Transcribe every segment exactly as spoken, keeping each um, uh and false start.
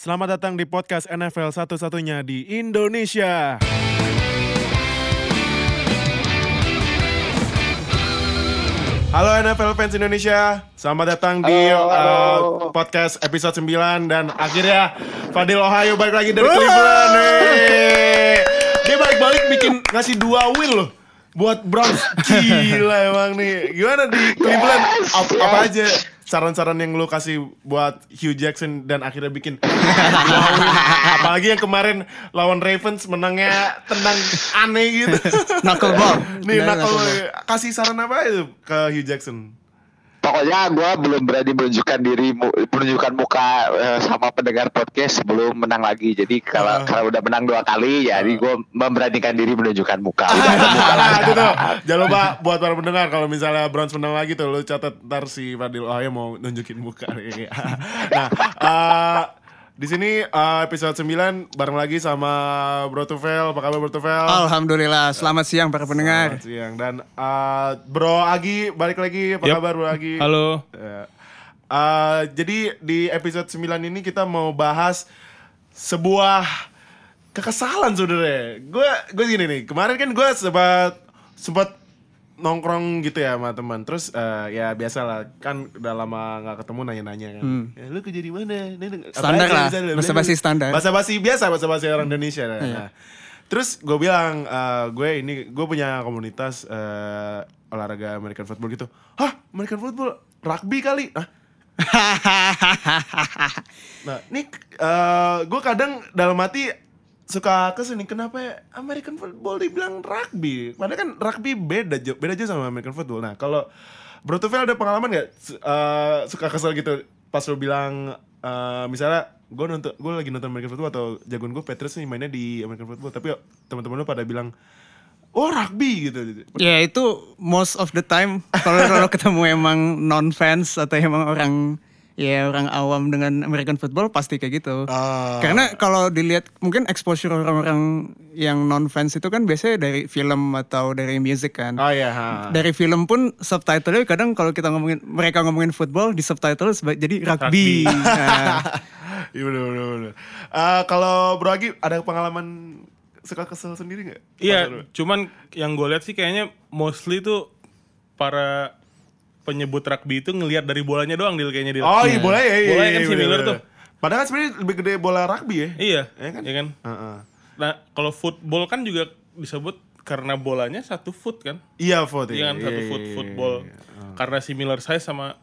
Selamat datang di podcast N F L satu-satunya di Indonesia. Halo N F L fans Indonesia, selamat datang di halo, halo. Uh, podcast episode sembilan. Dan akhirnya Fadil Ohio balik lagi dari Cleveland. Hey. Dia balik-balik bikin ngasih dua win loh buat Browns. Gila emang nih. Gimana di Cleveland? Yes, Apa, yes. apa aja saran-saran yang lu kasih buat Hugh Jackson dan akhirnya bikin dua win? Apalagi yang kemarin lawan Ravens menangnya tenang aneh gitu. Knuckleball. Nih Nah, knuckle, knuckleball. kasih saran apa itu ke Hugh Jackson? Pokoknya gue belum berani menunjukkan diri, menunjukkan muka uh, sama pendengar podcast sebelum menang lagi. Jadi kalau Uh. kalau udah menang dua kali, ya, jadi gue memberanikan diri menunjukkan muka. Udah ada muka Nah, lah itu tuh. sekarang. Jangan lupa buat para pendengar kalau misalnya Browns menang lagi tuh, lu catat ntar si Fadil Ohio mau nunjukin muka nih. Nah, uh, di sini uh, episode sembilan bareng lagi sama Bro Tufel. Apa kabar Bro Tufel? Alhamdulillah, selamat siang para pendengar. Selamat siang. Dan uh, Bro Agi balik lagi. Apa Yep. kabar Bro Agi? Halo. Uh, uh, jadi di episode sembilan ini kita mau bahas sebuah kekesalan saudara. Gue gue gini nih. Kemarin kan gue sempat sempat nongkrong gitu ya sama teman. Terus uh, ya biasalah kan udah lama nggak ketemu nanya-nanya kan. Hmm. Ya, lu kerja di mana? Standar lah, basa-basi standar. Basa-basi biasa, basa-basi orang Indonesia. Nah. Iya. Terus gue bilang, uh, gue ini gue punya komunitas uh, olahraga American football gitu. Hah, American football? Rugby kali? Hah? Nah, nih uh, gue kadang dalam hati suka kesel nih, kenapa ya American football dibilang rugby? Padahal kan rugby beda jo- beda aja sama American football. Nah, kalau Bro Tufel ada pengalaman nggak uh, suka kesel gitu pas lo bilang uh, misalnya gue nonton gue lagi nonton American football atau jagoan gue Patriots nih mainnya di American football, tapi yuk, teman-teman lo pada bilang oh rugby gitu. Ya itu most of the time kalau kalau ketemu emang non fans atau emang orang ya orang awam dengan American football pasti kayak gitu. Ah. Karena kalau dilihat mungkin exposure orang-orang yang non fans itu kan biasanya dari film atau dari music kan. Oh iya. Ha. Dari film pun subtitlenya kadang kalau kita ngomongin mereka ngomongin football di subtitle seba- jadi rugby. Rugby. Nah, Iya bener bener bener. Uh, kalau Bro Agi ada pengalaman suka kesel sendiri nggak? Iya, cuman yang gue lihat sih kayaknya mostly tuh para penyebut rugby itu ngelihat dari bolanya doang Dil kayaknya Dil. Oh iya boleh ya. Iya, Bolanya iya, kan iya, similar bener, tuh. bener. Padahal kan sebenarnya lebih gede bola rugby ya. Iya, Iya kan? iya kan. Heeh. Nah, kalau football kan juga disebut karena bolanya satu foot kan. Iya vote Iya kan, satu foot football. Karena similar size sama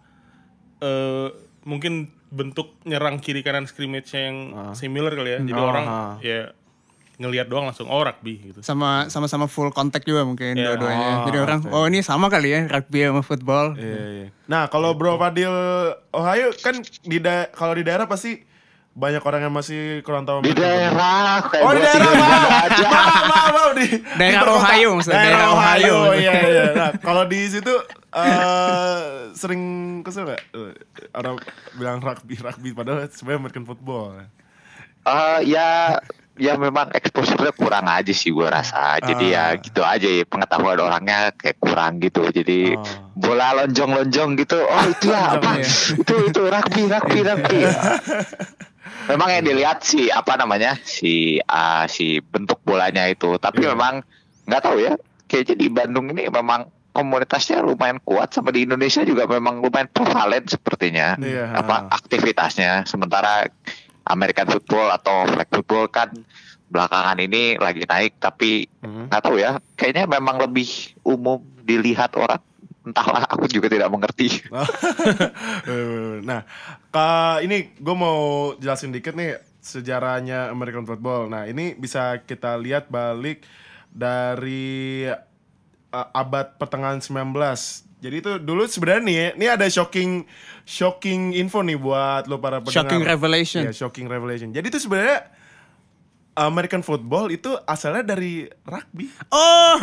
eh, mungkin bentuk nyerang kiri kanan scrimmage-nya yang similar kali ya. Jadi Oh, orang ah. ya ngelihat doang langsung oh rugby gitu. sama sama-sama full contact juga mungkin Iya. dua-duanya. Oh, Jadi orang oke. oh ini sama kali ya rugby sama football. Iya, iya. Nah kalau Bro Fadil Ohio kan di da- kalau di daerah pasti banyak orang yang masih kurang tahu. Di American football. daerah, kayak Oh di gua daerah tinggal di maaf, mana aja. maaf, maaf, maaf, di Daerah di perkota- Ohio maksudnya, daerah daerah Ohio, Ohio. iya iya. Nah kalau di situ eh, sering kesel nggak Eh, orang bilang rugby rugby padahal sebenarnya American football. Eh, ya, ya memang exposure-nya kurang aja sih gue rasa. Jadi Ah. ya gitu aja ya, pengetahuan orangnya kayak kurang gitu. Jadi Oh. bola lonjong-lonjong gitu. Oh itu ya apa? Iya. itu itu rugby rugby rugby. Memang yang dilihat si apa namanya si ah, si bentuk bolanya itu. Tapi Iya. memang nggak tahu ya. Kayaknya di Bandung ini memang komunitasnya lumayan kuat, sama di Indonesia juga memang lumayan prevalen sepertinya. Iya. Apa aktivitasnya. Sementara American football atau flag football kan belakangan ini lagi naik, tapi Mhm. nggak tahu ya, kayaknya memang lebih umum dilihat orang. Entahlah, aku juga tidak mengerti. Nah, ka, ini gue mau jelasin dikit nih sejarahnya American football. Nah, ini bisa kita lihat balik dari uh, abad pertengahan sembilan belas. Jadi itu dulu sebenarnya nih, ini ada shocking shocking info nih buat lo para pendengar. Shocking revelation. Iya, shocking revelation. Jadi itu sebenarnya American football itu asalnya dari rugby. Oh,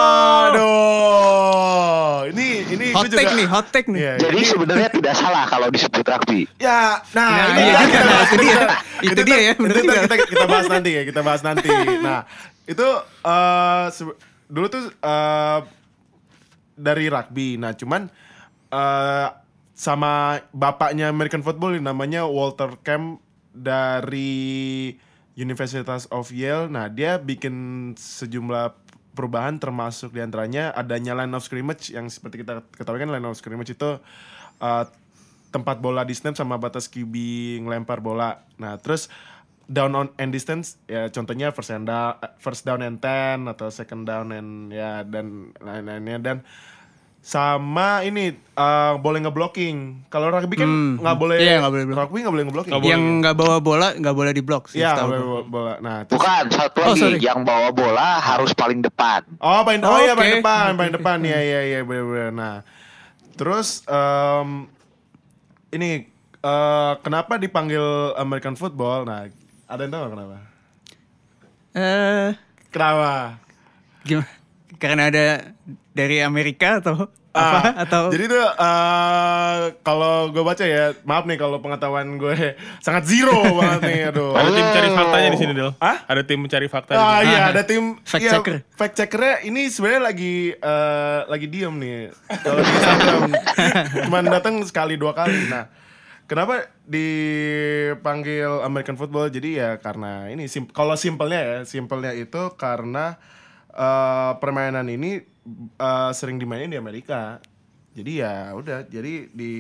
Waduh, ini ini hot gue take juga- nih, hot take nih. Iya, Jadi ini- sebenarnya tidak salah kalau disebut rugby. Ya, nah, Nah, ini iya, kan kita nah, bahas itu dia. nanti. Itu dia ya, bener itu juga. kita, kita bahas nanti ya, kita bahas nanti. Nah, itu eh, se- dulu tuh eh, dari rugby. Nah, cuman eh, sama bapaknya American football namanya Walter Camp dari University of Yale. Nah, dia bikin sejumlah perubahan termasuk diantaranya adanya line of scrimmage yang seperti kita ketahui kan line of scrimmage itu uh, tempat bola di snap sama batas Q B ngelempar bola. Nah, terus down on and distance ya contohnya first and down, first down and ten atau second down and ya dan lain-lainnya dan sama ini uh, boleh ngeblocking. Kalau rugby kan nggak Hmm. boleh, Iya, nggak boleh blocking. rugby nggak boleh ngeblocking. Nggak boleh. Yang nggak bawa bola nggak boleh di blok sih. Iya, setahu nggak gua. boleh bola. Nah, terus, Bukan, satu Oh, lagi sorry. yang bawa bola harus paling depan. oh paling oh, iya Oke. paling depan, paling depan ya ya ya benar-benar. Nah, terus um, ini uh, kenapa dipanggil American football? Nah, ada yang tahu nggak kenapa? Eh, Kenapa? gimana? Karena ada dari Amerika atau apa Ah, atau jadi tuh uh, kalau gue baca ya, maaf nih kalau pengetahuan gue sangat zero banget nih, aduh. Ada tim mencari faktanya di sini, Del. Hah? Ada tim mencari fakta di Ah sini. iya Ah, ada tim fact iya, checker. Fact checkernya ini sebenarnya lagi eh, lagi diem nih. Kalau di Instagram cuman datang sekali dua kali. Nah, kenapa dipanggil American football? Jadi ya karena ini sim- kalau simpelnya ya, simpelnya itu karena eh, permainan ini eh, sering dimainin di Amerika. Jadi ya udah, jadi di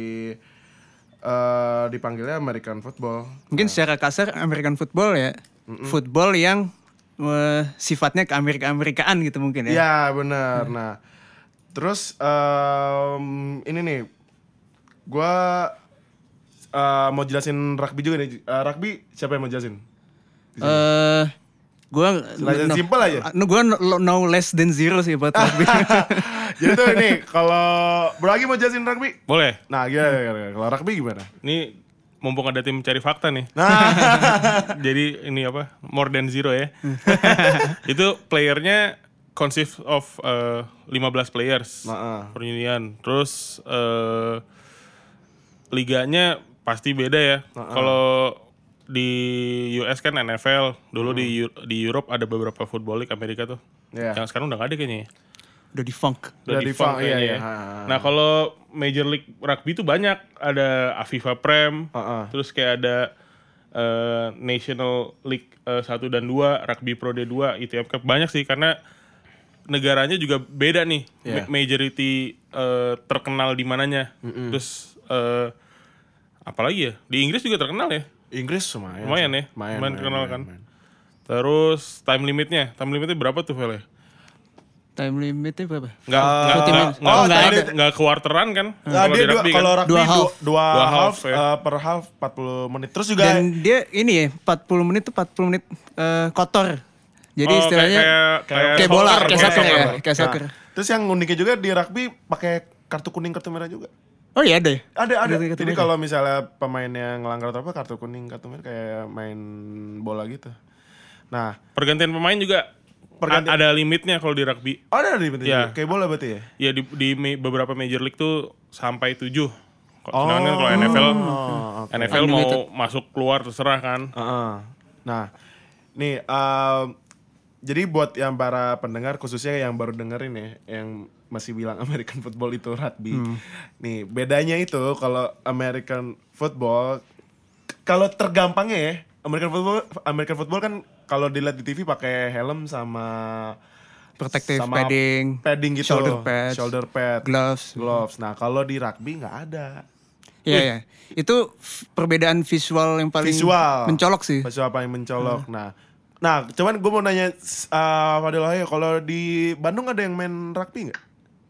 eh, dipanggilnya American football. mungkin secara kasar American football ya, football yang eh, sifatnya ke Amerika-Amerikaan gitu mungkin ya. Iya benar. Nah, terus em, ini nih, gue eh, mau jelasin rugby juga nih. Eh, rugby siapa yang mau jelasin? Eh, gua Selain simple aja. No, gua no, no less than zero sih buat rugby. Jadi tuh ini, kalau Bro Agi mau jelasin rugby? Boleh. Nah, gimana, gimana? Kalau rugby gimana? Ini mumpung ada tim mencari fakta nih. Nah, Jadi ini apa? More than zero ya. Itu playernya consist of uh, lima belas players Nah, per union. Terus uh, liganya pasti beda ya. Kalau di U S kan N F L, dulu di Eu- di Europe ada beberapa football league Amerika tuh. Iya. Yang sekarang udah gak ada kayaknya. ya. Udah di funk. Udah di defunct, funk iya, kayaknya iya. ya. Ha, ha, ha. Nah kalau Major League Rugby itu banyak, ada Aviva Prem, Ha, ha. terus kayak ada eh, National League eh, satu dan dua, Rugby Pro D dua, I T F Cup, banyak sih karena negaranya juga beda nih, Iya. ma- majority eh, terkenal di mananya. Terus eh, apalagi ya, di Inggris juga terkenal ya, Inggris lumayan. lumayan sih. ya, Lumayan, lumayan terkenal lumayan, kan. lumayan. Terus time limitnya, time limitnya berapa tuh Vel ya? Time limitnya berapa? Nggak, nggak, forty nggak, minutes. nggak, Oh, nggak nggak, ada. nggak quarteran kan? Nah, Kalau dia di dua, rugby kalau kan? rugby Dua dua, half. dua, Dua half, half, ya. eh, per half empat puluh menit. Terus juga Dan dia ini ya empat puluh menit tuh empat puluh menit eh, kotor. Jadi Oh, istilahnya kayak, kayak, kayak bola, soccer, kayak kayak soccer ya, soccer. kayak soccer. Nah, terus yang uniknya juga di rugby pakai kartu kuning kartu merah juga. Oh iya ada ya? Ada ada. Kartu- kartu Jadi merah. kalau misalnya pemain yang ngelanggar atau apa kartu kuning kartu merah kayak main bola gitu. Nah, Pergantian pemain juga Pergantian- a- ada limitnya kalau di rugby. oh, ada di berarti Iya. juga? Kayak bola berarti ya? Ya di, di ma- beberapa major league tuh sampai tujuh. Oh. Sedangkan kalau N F L, Oh, oke. N F L mau Unlimited. masuk keluar terserah kan. Heeh. Nah, nih em, jadi buat yang para pendengar khususnya yang baru dengerin ya, yang masih bilang American football itu rugby. Nih, bedanya itu kalau American football kalau tergampangnya ya, American football American football kan kalau dilihat di T V pakai helm sama Protective sama padding, padding gitu, shoulder pads, shoulder pad, gloves. gloves. Nah, kalau di rugby nggak ada. Iya ya. Itu f- perbedaan visual yang paling Visual mencolok sih. Visual paling mencolok. Nah, nah, cuman gue mau nanya uh, Fadil aja, kalau di Bandung ada yang main rugby nggak?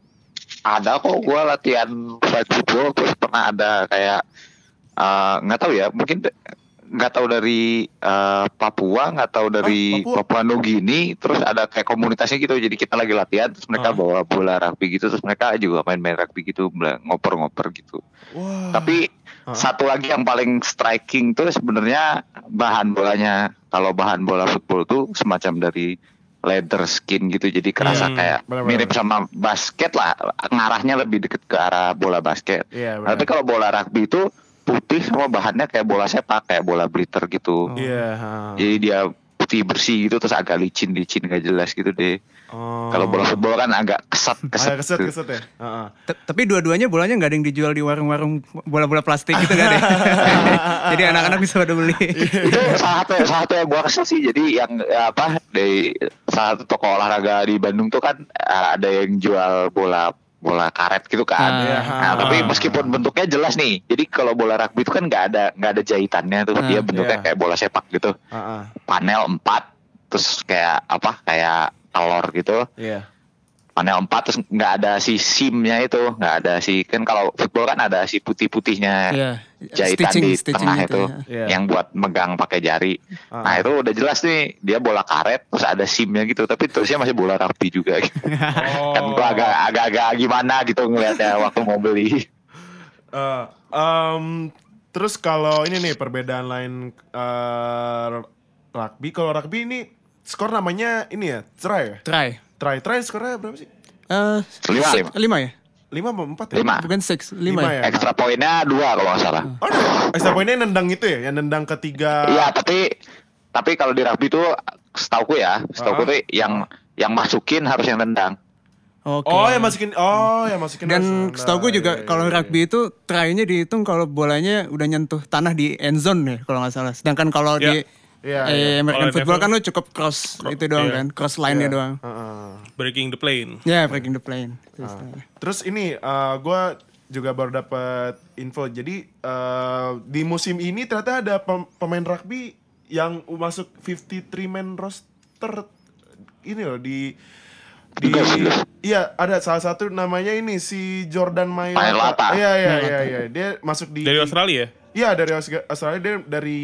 Ada kok, gue latihan flag football terus pernah ada kayak eh, nggak tahu ya, mungkin de- nggak tahu dari eh, Papua, nggak tahu dari Papua? Papua Nugini, terus ada kayak komunitasnya gitu, jadi kita lagi latihan terus mereka Ah. bawa bola rugby gitu, terus mereka juga main-main rugby gitu, bela- ngoper-ngoper gitu. Wah. Tapi satu lagi yang paling striking tuh sebenarnya bahan bolanya. Kalau bahan bola football tuh semacam dari leather skin gitu, jadi kerasa Hmm, kayak benar-benar. mirip sama basket lah, ngarahnya lebih deket ke arah bola basket. Iya, benar. Tapi kalau bola rugby itu putih sama bahannya kayak bola sepak, kayak bola blitter gitu. Iya. ha. Jadi dia putih bersih gitu terus agak licin-licin gak jelas gitu deh. Oh. Kalau bola football kan agak keset-keset. Agak keset gitu. keset ya. Uh-uh. T- Tapi dua-duanya bolanya nggak ada yang dijual di warung-warung bola-bola plastik gitu kan ya. Jadi anak-anak bisa pada beli. Itu salah satu salah satu yang gua kesel sih. Jadi yang ya, apa dari salah satu toko olahraga di Bandung tuh kan uh, ada yang jual bola bola karet gitu kan. Ah. Nah, tapi meskipun bentuknya jelas nih. Jadi kalau bola rugby itu kan nggak ada nggak ada jahitannya tuh. Ah. Dia bentuknya Iya. kayak bola sepak gitu. Uh-uh. Panel empat terus kayak apa? Kayak telur gitu. Iya. Panel empat terus nggak ada si simnya itu, nggak ada si kan kalau football kan ada si putih-putihnya Iya. jahitan Stitching- di stitching tengah itu, itu ya. yang buat megang pakai jari. Ah. Nah itu udah jelas nih dia bola karet terus ada simnya gitu, tapi terusnya masih bola rugby juga. Gitu. Oh. Kan gua agak agak-agak gimana gitu ngelihatnya waktu mau beli. Uh, um, terus kalau ini nih perbedaan lain uh, rugby. Kalau rugby ini skor namanya ini ya, try ya? Try. Try, try skornya berapa sih? Eh, Lima, six- lima. lima ya? Lima apa empat ya? Lima. Bukan six, lima, Lima ya? ya? Extra poinnya dua kalau nggak salah. Oh, ada. Extra poinnya nendang itu ya? Yang nendang ketiga. Iya tapi tapi kalau di rugby tuh setauku ya, setauku Ah. tuh yang yang masukin harus yang nendang. Oke. Oh, yang masukin. Oh, yang masukin. Dan harus setahu gue nendang. juga Iya, iya, kalau iya. rugby itu try-nya dihitung kalau bolanya udah nyentuh tanah di end zone ya kalau nggak salah. Sedangkan kalau Iya. di Iya, eh, iya. American Kalau football N F L kan lu cukup cross itu doang iya. kan, cross line-nya Iya. doang. Uh-uh. Breaking the plane. Ya, breaking the plane. Terus, Ah. Terus ini uh, gue juga baru dapat info. Jadi uh, di musim ini ternyata ada pem- pemain rugby yang masuk lima puluh tiga man roster ini loh di di iya ada salah satu namanya ini si Jordan Mailata. Mailata. Iya iya iya iya dia masuk di Dari Australia ya? Iya dari Aus- Australia dia dari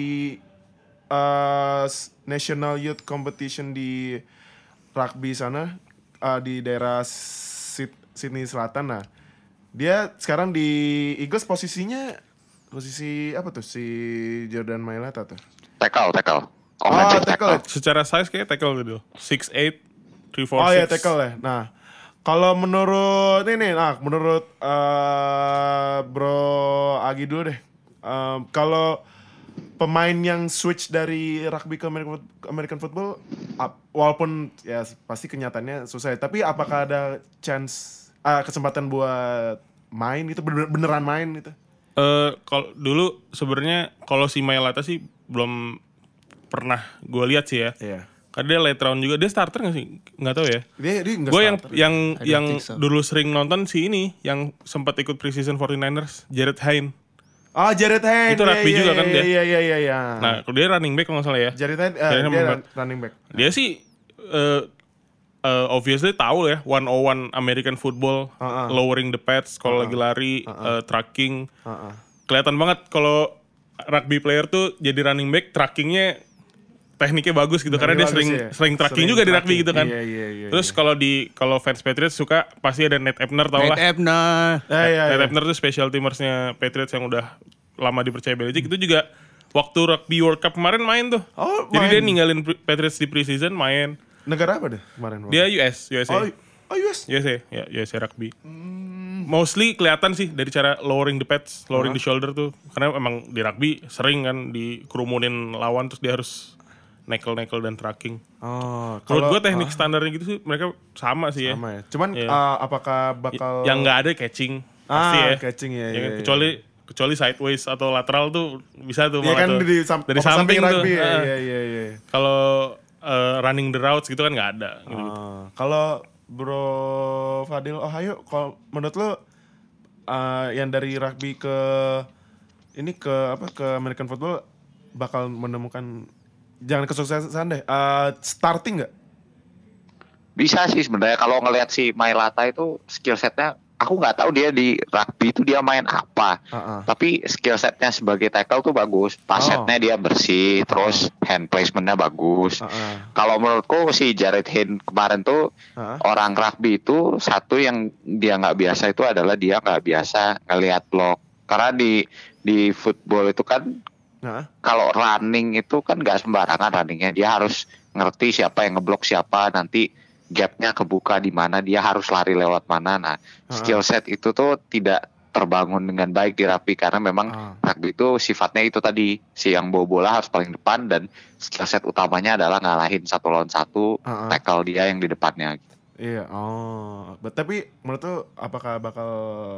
uh, National Youth Competition di rugby sana uh, di daerah Syd- Sydney Selatan. Nah, dia sekarang di Eagles posisinya posisi apa tuh si Jordan Mailata tuh? Tackle, tackle. Oh, Offensive tackle. Secara size kayak tackle gitu. six eight, three four Oh six. ya tackle ya. Nah, kalau menurut ini, nah menurut uh, Bro Agi dulu deh. Um, kalau pemain yang switch dari rugby ke American, American football, ap- walaupun ya pasti kenyataannya susah. Ya, tapi apakah ada chance, ah, kesempatan buat main itu bener- beneran main gitu? Eh, kalau dulu sebenarnya kalau si Mailata sih belum pernah gue lihat sih ya. Iya. Karena dia late round juga. Dia starter gak sih? Nggak tahu ya. Dia dia nggak Gue yang starter. yang I don't yang think so. dulu sering nonton si ini yang sempat ikut preseason forty-niners, Jared Hine. Ah, Jared Hayne. Itu rugby Iya, juga iya, kan dia? Iya iya iya iya. Nah, kalau dia running back kalau nggak salah ya. Jared Hayne uh, Jared Hayne dia memang- running back. Dia sih eh eh, obviously tahu ya one oh one American football, Uh-uh. lowering the pads kalau lagi lari, eh, tracking. Uh-uh. Kelihatan banget kalau rugby player tuh jadi running back, trackingnya tekniknya bagus gitu karena dia Bagus sering ya. sering tracking Sering juga di rugby tracking. gitu kan. Iya, iya, iya, Terus iya. kalau di kalau fans Patriots suka pasti ada Nate Ebner tau Nate lah. Ebner. Eh, iya, Nate iya. Ebner tuh special teamersnya Patriots yang udah lama dipercaya Belichick. Itu juga waktu rugby World Cup kemarin main tuh. Oh, Jadi main. dia ninggalin pre- Patriots di preseason main. Negara apa deh kemarin? Bang? Dia U S, U S A. Oh, oh U S. U S A, ya U S A rugby. Mostly kelihatan sih dari cara lowering the pads, lowering the shoulder tuh. Karena emang di rugby sering kan dikerumunin lawan terus dia harus nekel-nekel dan tracking. Oh, Menurut kalau gue teknik standarnya gitu sih mereka sama sih ya. sama ya. Cuman Iya. uh, apakah bakal Y- Yang nggak ada catching pasti ah, ya. catching ya. Ya iya, kan? iya. kecuali kecuali sideways atau lateral tuh bisa tuh Iya malah kan tuh. di sam- dari oh, samping, tuh. rugby ya. Ah. Iya iya iya. Kalau eh, running the routes gitu kan nggak ada. Gitu. Ah, kalau Bro Fadil Ohio, kalau menurut lo uh, yang dari rugby ke ini ke apa ke American football bakal menemukan jangan kesuksesan deh, uh, starting nggak? Bisa sih sebenarnya kalau ngelihat si Mailata itu skill setnya, aku nggak tahu dia di rugby itu dia main apa. Uh-uh. Tapi skill setnya sebagai tackle tuh bagus, pass Oh. setnya dia bersih, terus hand placementnya bagus. Uh-uh. Kalau menurutku si Jared Hayne kemarin tuh Uh-uh. orang rugby itu satu yang dia nggak biasa itu adalah dia nggak biasa ngelihat blok. Karena di di football itu kan Nah, kalau running itu kan nggak sembarangan runningnya, dia harus ngerti siapa yang ngeblok siapa, nanti gapnya kebuka di mana, dia harus lari lewat mana. Nah, skill set itu tuh tidak terbangun dengan baik di rugby karena memang Ah. rugby itu sifatnya itu tadi si yang bawa bola harus paling depan dan skill set utamanya adalah ngalahin satu lawan satu, Ah, ah. tackle dia yang di depannya. Iya, oh. But, tapi menurut tuh apakah bakal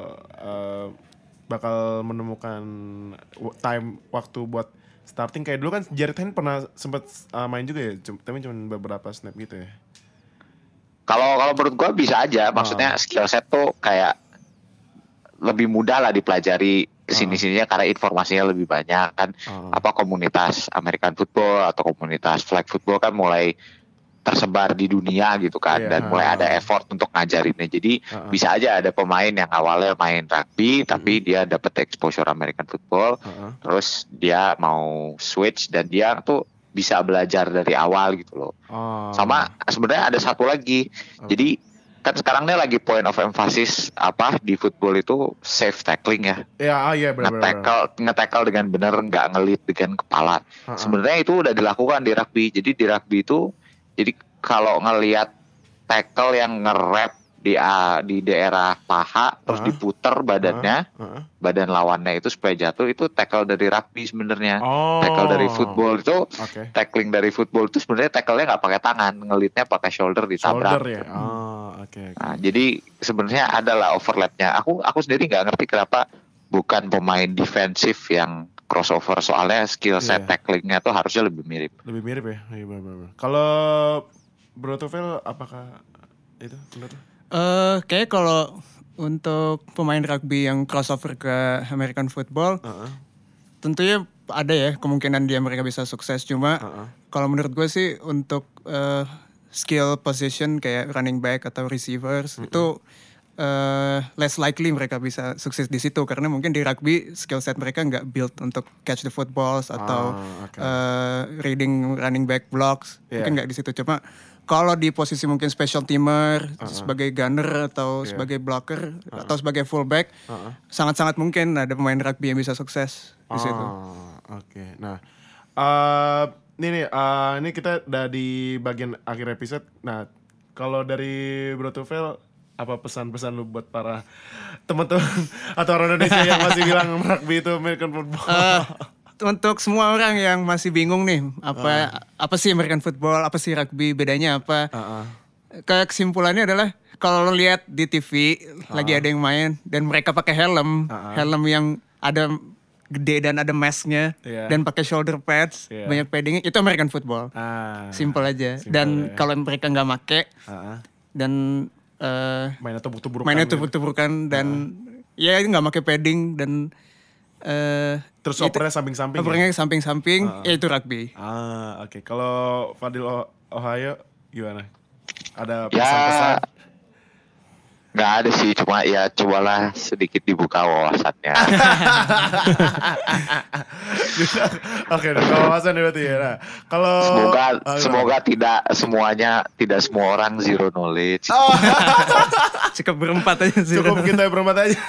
uh, bakal menemukan w- time waktu buat starting kayak dulu kan Jared Hayne pernah sempat uh, main juga ya, Cum- tapi cuma beberapa snap gitu ya. Kalau kalau menurut gua bisa aja, Ah. maksudnya skill set tuh kayak lebih mudah lah dipelajari kesini-sininya karena informasinya lebih banyak kan. Ah. Apa komunitas American football atau komunitas flag football kan mulai tersebar di dunia gitu kan, Iya, dan mulai ah. ada effort untuk ngajarinnya. Jadi Ah. bisa aja ada pemain yang awalnya main rugby tapi dia dapat exposure American football, Ah. terus dia mau switch dan dia tuh bisa belajar dari awal gitu loh. Oh. Sama sebenarnya ada satu lagi. Jadi kan sekarang ini lagi point of emphasis apa di football itu safe tackling ya. Ya, ah iya benar benar. Nge-tackle, nge-tackle dengan benar, nggak ngelit dengan kepala. Ah, ah. Sebenarnya itu udah dilakukan di rugby. Jadi di rugby itu, jadi kalau ngelihat tackle yang nge-wrap di ah, di daerah paha, terus Ah. diputer badannya, Ah, ah. badan lawannya itu supaya jatuh, itu tackle dari rugby sebenarnya. Oh. Tackle dari football itu, Oke. tackling dari football itu sebenarnya tackle-nya nggak pakai tangan, ngelitnya pakai shoulder ditabrak. Shoulder ya. Oh, oke. oke. Nah, jadi sebenarnya adalah overlapnya. Aku aku sendiri nggak ngerti kenapa bukan pemain defensif yang crossover, soalnya skill set Iya. tacklingnya tuh harusnya lebih mirip. Lebih mirip ya. Iya benar benar. Kalau Bro Tufel apakah itu menurut lu? Eh, kayak kalau untuk pemain rugby yang crossover ke American football, Heeh. tentunya ada ya kemungkinan dia mereka bisa sukses. Cuma Heeh. kalau menurut gue sih untuk eh, skill position kayak running back atau receivers itu eh, less likely mereka bisa sukses di situ karena mungkin di rugby skill set mereka nggak build untuk catch the footballs atau Ah, oke. eh, reading running back blocks. Yeah. Mungkin nggak di situ. Cuma kalau di posisi mungkin special teamer sebagai gunner atau Yeah. sebagai blocker atau sebagai fullback, Uh-uh. sangat-sangat mungkin ada pemain rugby yang bisa sukses di situ. Oh, oke. Nah, eh ini nih, eh, ini kita udah di bagian akhir episode. Nah, kalau dari Bro Tufel, apa pesan-pesan lu buat para teman-teman atau orang Indonesia yang masih bilang rugby itu American football? Eh, untuk semua orang yang masih bingung nih, apa apa sih American football, apa sih rugby, bedanya apa? Heeh. Ke kesimpulannya adalah kalau lo lihat di T V lagi ada yang main dan mereka pakai helm, Ah. helm yang ada gede dan ada masknya Iya. dan pakai shoulder pads, Iya. banyak paddingnya, itu American football. Ah, Simple aja. simple dan ya. kalau mereka nggak make Heeh. dan eh, Mainnya tubruk-tubrukan. mainnya gitu. tubuk-tubukan dan ya nggak pakai padding dan eh Terus itu- opernya samping-samping. ya? opernya samping-samping, ya itu rugby. Ah, oke. Kalau Fadil O- Ohio gimana? Ada Ya, pesan-pesan? nggak ada sih, cuma ya cobalah sedikit dibuka wawasannya. Oke, udah kawasan berarti ya. Nah, kalau Semoga Ah, semoga tidak semuanya, tidak semua orang zero knowledge. Oh, Cukup berempat aja sih. cukup kita berempat aja.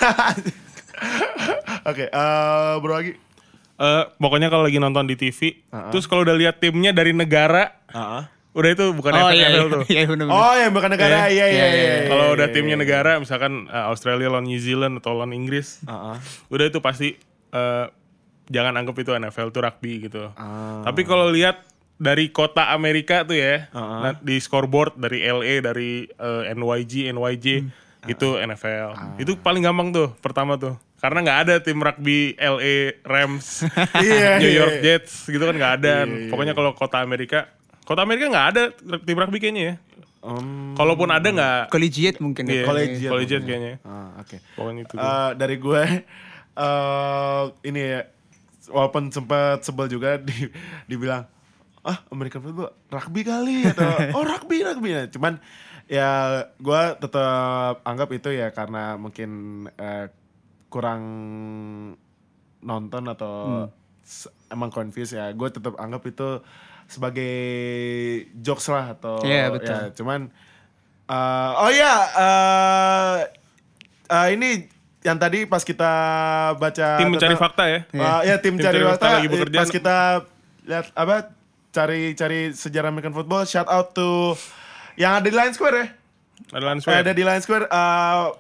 Oke, eh, Bro Agi. Eh, pokoknya kalau lagi nonton di T V, Uh-uh. terus kalau udah lihat timnya dari negara, Heeh. udah itu bukan Oh efek iya, N F L iya, tuh. iya benar. Oh, yang bukan negara. Iya, iya, Iya, iya. iya. Kalau iya, udah iya, timnya iya. negara, misalkan eh, Australia lawan New Zealand atau lawan Inggris, Heeh. udah itu pasti eh, jangan anggap itu N F L, itu rugby gitu. Ah. Tapi kalau lihat dari kota Amerika tuh ya, Uh-uh. nah, di scoreboard dari L A, dari eh, N Y G, N Y J, itu N F L. Itu paling gampang tuh, pertama tuh. Karena nggak ada tim rugby L A Rams, Iya, New iya, York iya. Jets gitu kan nggak ada. Iya, iya, Pokoknya iya. kalau kota Amerika, kota Amerika nggak ada tim rugby kayaknya ya. Um, Kalaupun ada nggak, Collegiate mungkin iya, ya. Collegiate collegiate mungkin. kayaknya. Ah, oke. Pokoknya itu. tuh. Eh, dari gue eh ini ya, walaupun sempat sebel juga di, dibilang ah American football rugby kali atau oh rugby rugby ya. Cuman ya gue tetap anggap itu ya karena mungkin eh, kurang nonton atau s- emang confused ya. Gue tetap anggap itu sebagai jokes lah atau Iya, betul. ya cuman eh, oh ya eh eh, ini yang tadi pas kita baca Tim mencari tentang- fakta ya. Uh, ya tim, Tim cari cari fakta fakta lagi bekerja. pas kita lihat apa cari-cari sejarah American football, shout out to yang ada di Line Square ya. Ada Lions Eh, ada di Line Square uh,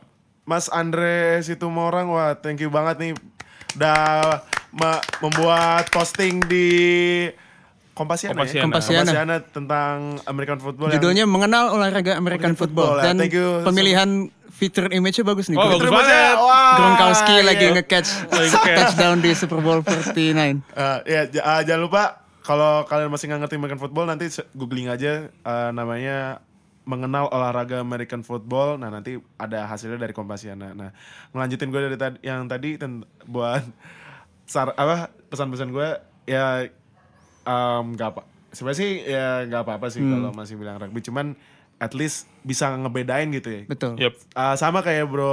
Mas Andre Situmorang, wah thank you banget nih udah ma- membuat posting di Kompasiana, Kompasiana. ya? Kompasiana. Kompasiana tentang American football. yang- Judulnya mengenal olahraga American American football, football, ya. dan Thank you. pemilihan feature image-nya bagus nih. Oh, Gron- bagus Terima kasih. banget. Wah, Gronkowski lagi iya. nge-catch Lagi nge-catch. touchdown di Super Bowl empat puluh sembilan. Eh, ya j- ah, jangan lupa kalau kalian masih nggak ngerti American football nanti se- googling aja eh, namanya mengenal olahraga American football. Nah nanti ada hasilnya dari Kompasiana. Nah ngelanjutin gue dari tadi yang tadi ten- buat sar apa pesan-pesan gue ya em, nggak apa sebenarnya sih ya nggak apa-apa sih kalau masih bilang rugby, cuman at least bisa ngebedain gitu ya. Betul. Yep. Uh, sama kayak Bro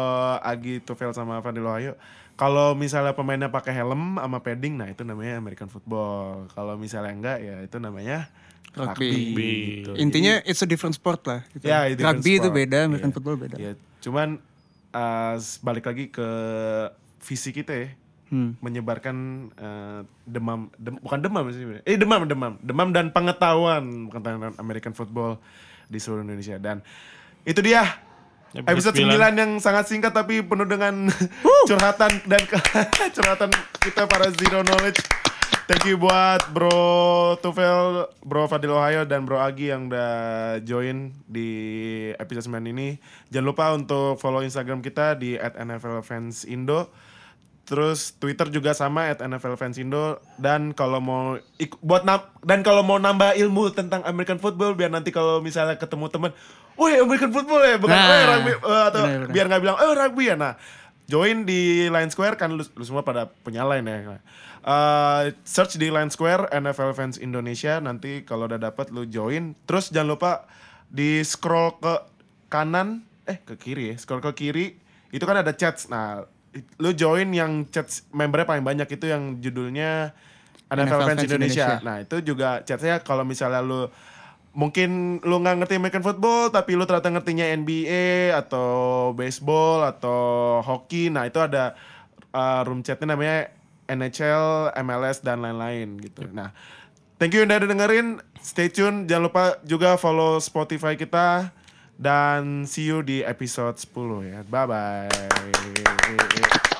Agi Tufel sama Fadil Wahyu. Kalau misalnya pemainnya pakai helm sama padding, nah itu namanya American football. Kalau misalnya enggak, ya itu namanya Rugby. rugby. gitu. Intinya it's a different sport lah. Gitu. Ya, different Rugby itu sport. beda, American Iya. football beda. Ya, cuman uh, balik lagi ke visi kita ya, Hmm. menyebarkan uh, demam, dem- bukan demam sih, eh demam, demam, demam dan pengetahuan tentang American football di seluruh Indonesia. Dan itu dia. Episode sembilan yang sangat singkat tapi penuh dengan curhatan dan ke- curhatan kita para Zero Knowledge. Thank you buat Bro Tufel, Bro Fadil Ohio, dan Bro Agi yang udah join di episode sembilan ini. Jangan lupa untuk follow Instagram kita di at N F L Fans Indo. Terus Twitter juga sama at N F L Fans Indo. Dan kalau mau ik- buat nam- dan kalau mau nambah ilmu tentang American football biar nanti kalau misalnya ketemu teman, "Woi, American football ya, bukan Nah, "Woi, rugby," eh, atau bener, bener. biar nggak bilang, "Oh, rugby ya." Nah, join di Line Square kan lu, lu semua pada punya line ya. Nah, eh, search di Line Square N F L Fans Indonesia, nanti kalau udah dapat lu join. Terus jangan lupa di scroll ke kanan, eh ke kiri ya, scroll ke kiri itu kan ada chats. Nah, lu join yang chats membernya paling banyak itu yang judulnya N F L Fans Indonesia. Nah, itu juga chatnya kalau misalnya lu mungkin lu nggak ngerti American football tapi lu ternyata ngertinya N B A atau baseball atau hoki, nah itu ada uh, room chatnya namanya N H L, M L S dan lain-lain gitu. Nah, thank you udah dengerin, stay tune, jangan lupa juga follow Spotify kita dan see you di episode sepuluh ya. Bye bye.